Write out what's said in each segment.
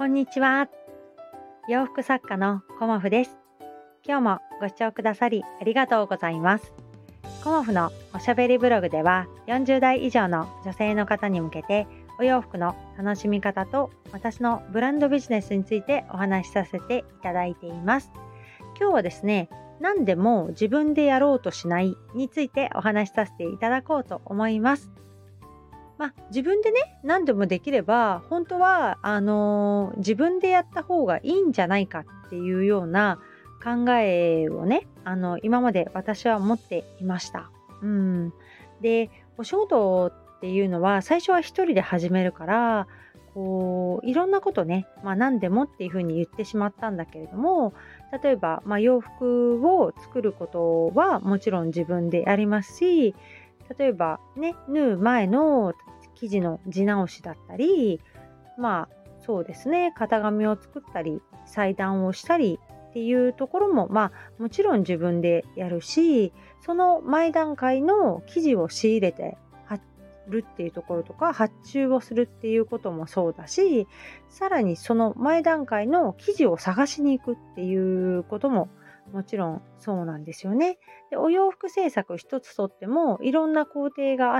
こんにちは。洋服作家のコモフです。今日もご視聴くださりありがとうございます。コモフのおしゃべりブログでは40代以上の女性の方に向けてお洋服の楽しみ方と私のブランドビジネスについてお話しさせていただいています。今日はですね、何でも自分でやろうとしないについてお話しさせていただこうと思います。自分でね、何でもできれば本当は自分でやった方がいいんじゃないかっていうような考えをね、今まで私は持っていました。で、お仕事っていうのは最初は一人で始めるから、いろんなことね、何でもっていうふうに言ってしまったんだけれども、例えば、洋服を作ることはもちろん自分でやりますし、例えばね、縫う前の生地の地直しだったり、そうですね、型紙を作ったり、裁断をしたりっていうところも、もちろん自分でやるし、その前段階の生地を仕入れて貼るっていうところとか、発注をするっていうこともそうだし、さらにその前段階の生地を探しに行くっていうことももちろんそうなんですよね。で、お洋服制作一つとってもいろんな工程があって、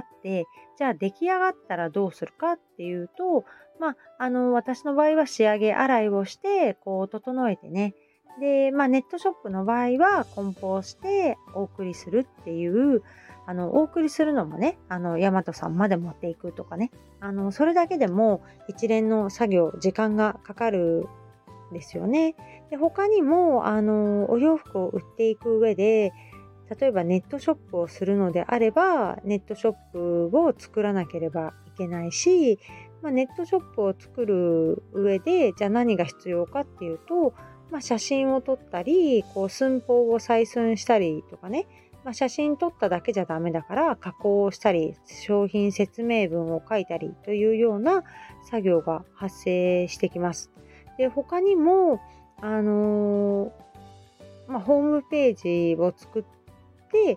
じゃあ出来上がったらどうするかっていうと、私の場合は仕上げ洗いをして整えてね。で、ネットショップの場合は梱包してお送りするっていう、お送りするのもね、大和さんまで持っていくとかね、それだけでも一連の作業、時間がかかるですよね。で、他にもお洋服を売っていく上で、例えばネットショップをするのであれば、ネットショップを作らなければいけないし、ネットショップを作る上で、じゃあ何が必要かっていうと、写真を撮ったり、寸法を採寸したりとかね、写真撮っただけじゃダメだから加工をしたり、商品説明文を書いたりというような作業が発生してきます。で、他にも、ホームページを作って、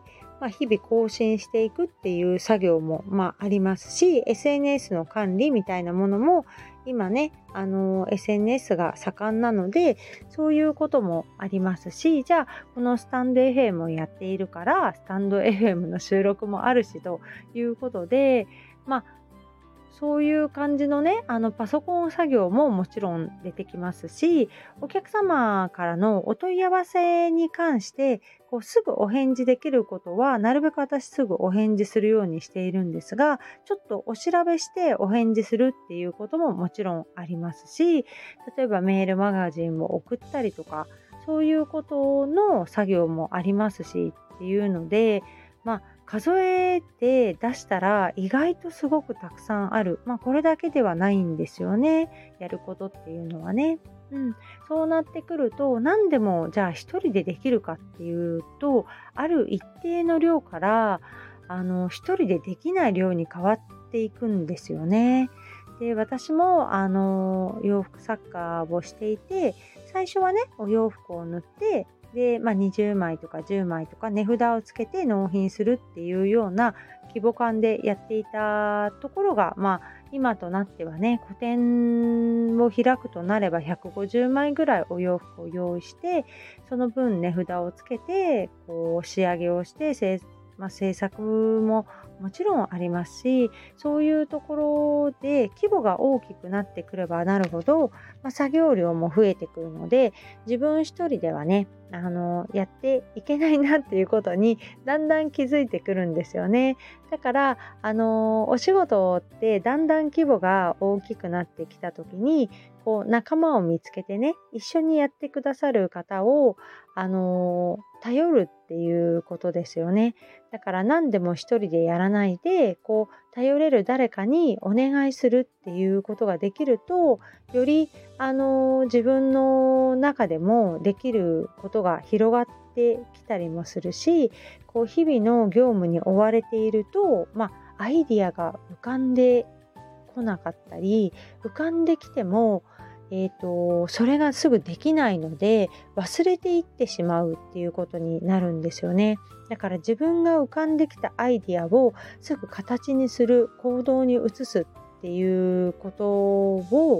日々更新していくっていう作業も、ありますし、SNS の管理みたいなものも、今ね、SNS が盛んなので、そういうこともありますし、じゃあ、このスタンド FM をやっているから、スタンド FM の収録もあるしということで、そういう感じのね、パソコン作業ももちろん出てきますし、お客様からのお問い合わせに関して、すぐお返事できることは、なるべく私すぐお返事するようにしているんですが、ちょっとお調べしてお返事するっていうことももちろんありますし、例えばメールマガジンを送ったりとか、そういうことの作業もありますしっていうので、数えて出したら意外とすごくたくさんある。これだけではないんですよね。やることっていうのはね。そうなってくると、何でもじゃあ一人でできるかっていうと、ある一定の量から、一人でできない量に変わっていくんですよね。で、私も、洋服作家をしていて、最初はね、お洋服を塗って、で、20枚とか10枚とか値札をつけて納品するっていうような規模感でやっていたところが、今となってはね、個展を開くとなれば150枚ぐらいお洋服を用意して、その分値札をつけて、仕上げをして制作ももちろんありますし、そういうところで規模が大きくなってくればなるほど、作業量も増えてくるので、自分一人ではね、やっていけないなっていうことにだんだん気づいてくるんですよね。だから、お仕事ってだんだん規模が大きくなってきた時に、仲間を見つけてね、一緒にやってくださる方を、頼るっていうことですよね。だから何でも一人でやらないで、頼れる誰かにお願いするっていうことができると、より自分の中でもできることが広がってきたりもするし、日々の業務に追われていると、アイディアが浮かんでこなかったり、浮かんできても、それがすぐできないので忘れていってしまうっていうことになるんですよね。だから自分が浮かんできたアイディアをすぐ形にする、行動に移すっていうことを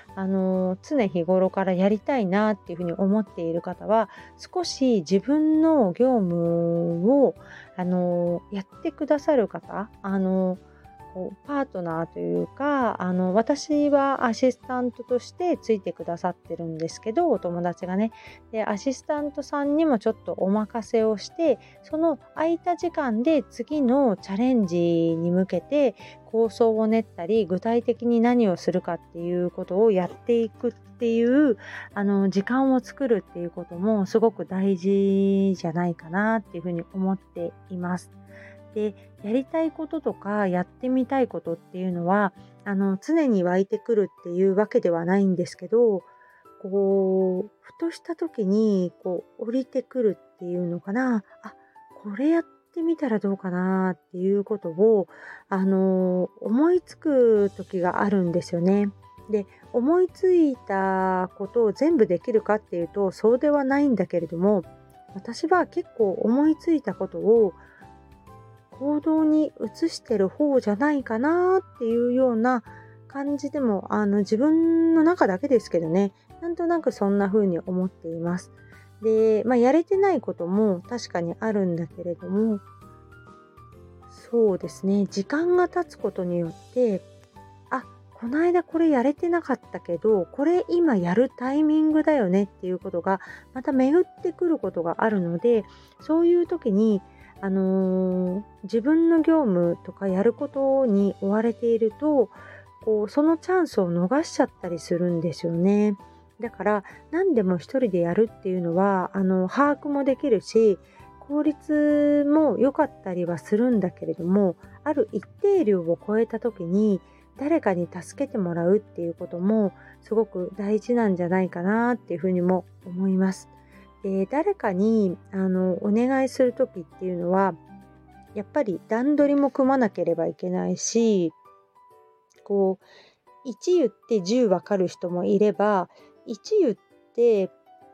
常日頃からやりたいなっていうふうに思っている方は、少し自分の業務をやってくださる方、パートナーというか、私はアシスタントとしてついてくださってるんですけど、お友達がね。で、アシスタントさんにもちょっとお任せをして、その空いた時間で次のチャレンジに向けて構想を練ったり、具体的に何をするかっていうことをやっていくっていう、時間を作るっていうこともすごく大事じゃないかなっていうふうに思っています。で、やりたいこととかやってみたいことっていうのは常に湧いてくるっていうわけではないんですけど、ふとした時に降りてくるっていうのかな、これやってみたらどうかなっていうことを思いつく時があるんですよね。で、思いついたことを全部できるかっていうとそうではないんだけれども、私は結構思いついたことを行動に移してる方じゃないかなっていうような感じでも自分の中だけですけどね、なんとなくそんな風に思っています。で、やれてないことも確かにあるんだけれども、そうですね、時間が経つことによってこの間これやれてなかったけど、これ今やるタイミングだよねっていうことがまた巡ってくることがあるので、そういう時に自分の業務とかやることに追われていると、そのチャンスを逃しちゃったりするんですよね。だから何でも一人でやるっていうのは把握もできるし、効率も良かったりはするんだけれども、ある一定量を超えた時に誰かに助けてもらうっていうこともすごく大事なんじゃないかなっていうふうにも思います。で、誰かにお願いする時っていうのはやっぱり段取りも組まなければいけないし、1言って10分かる人もいれば、1言って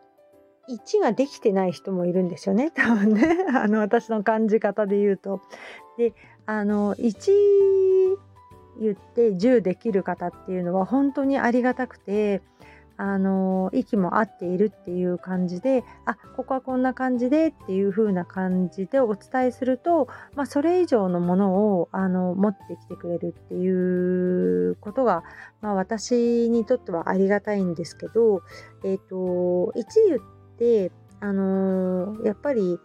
1ができてない人もいるんですよね、多分ね。私の感じ方で言うと。で、1言って10できる方っていうのは本当にありがたくて、息も合っているっていう感じで、ここはこんな感じでっていう風な感じでお伝えすると、それ以上のものを持ってきてくれるっていうことが、私にとってはありがたいんですけど、1言ってやっぱり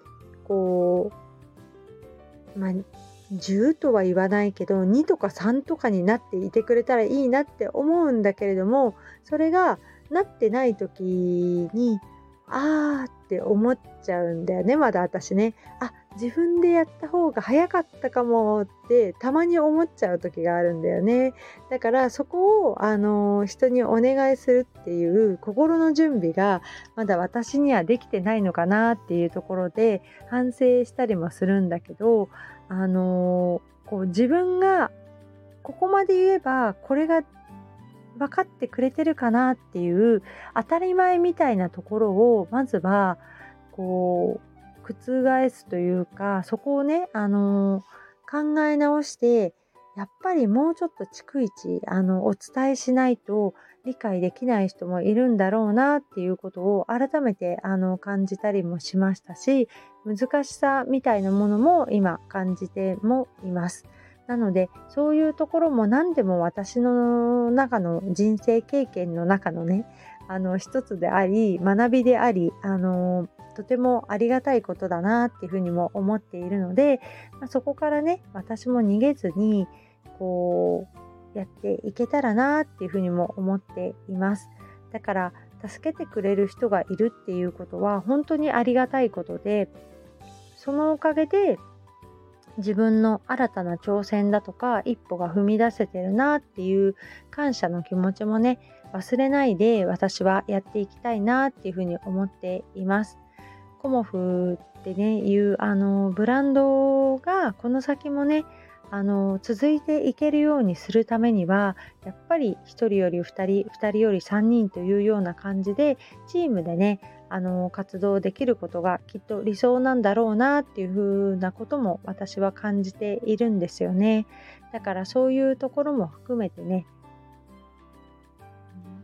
10とは言わないけど2とか3とかになっていてくれたらいいなって思うんだけれども、それがなってない時にって思っちゃうんだよね、まだ私ね。自分でやった方が早かったかもってたまに思っちゃう時があるんだよね。だからそこを人にお願いするっていう心の準備がまだ私にはできてないのかなっていうところで反省したりもするんだけど、自分がここまで言えばこれが分かってくれてるかなっていう当たり前みたいなところをまずは覆すというか、そこをね、考え直して、やっぱりもうちょっと逐一お伝えしないと理解できない人もいるんだろうなっていうことを改めて感じたりもしましたし、難しさみたいなものも今感じてもいます。なのでそういうところも何でも私の中の人生経験の中のね一つであり学びでありとてもありがたいことだなっていうふうにも思っているので、そこからね私も逃げずにやっていけたらなっていうふうにも思っています。だから助けてくれる人がいるっていうことは本当にありがたいことで、そのおかげで自分の新たな挑戦だとか一歩が踏み出せてるなっていう感謝の気持ちもね忘れないで私はやっていきたいなっていうふうに思っています。コモフってねいうブランドがこの先もね続いていけるようにするためにはやっぱり1人より2人2人より3人というような感じでチームでね活動できることがきっと理想なんだろうなっていうふうなことも私は感じているんですよね。だからそういうところも含めてね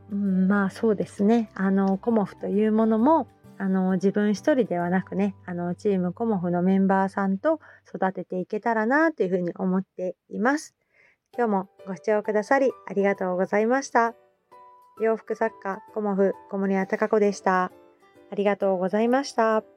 まあそうですね。コモフというものも、自分一人ではなくね、チームコモフのメンバーさんと育てていけたらなというふうに思っています。今日もご視聴くださりありがとうございました。洋服作家コモフ小森屋隆子でした。ありがとうございました。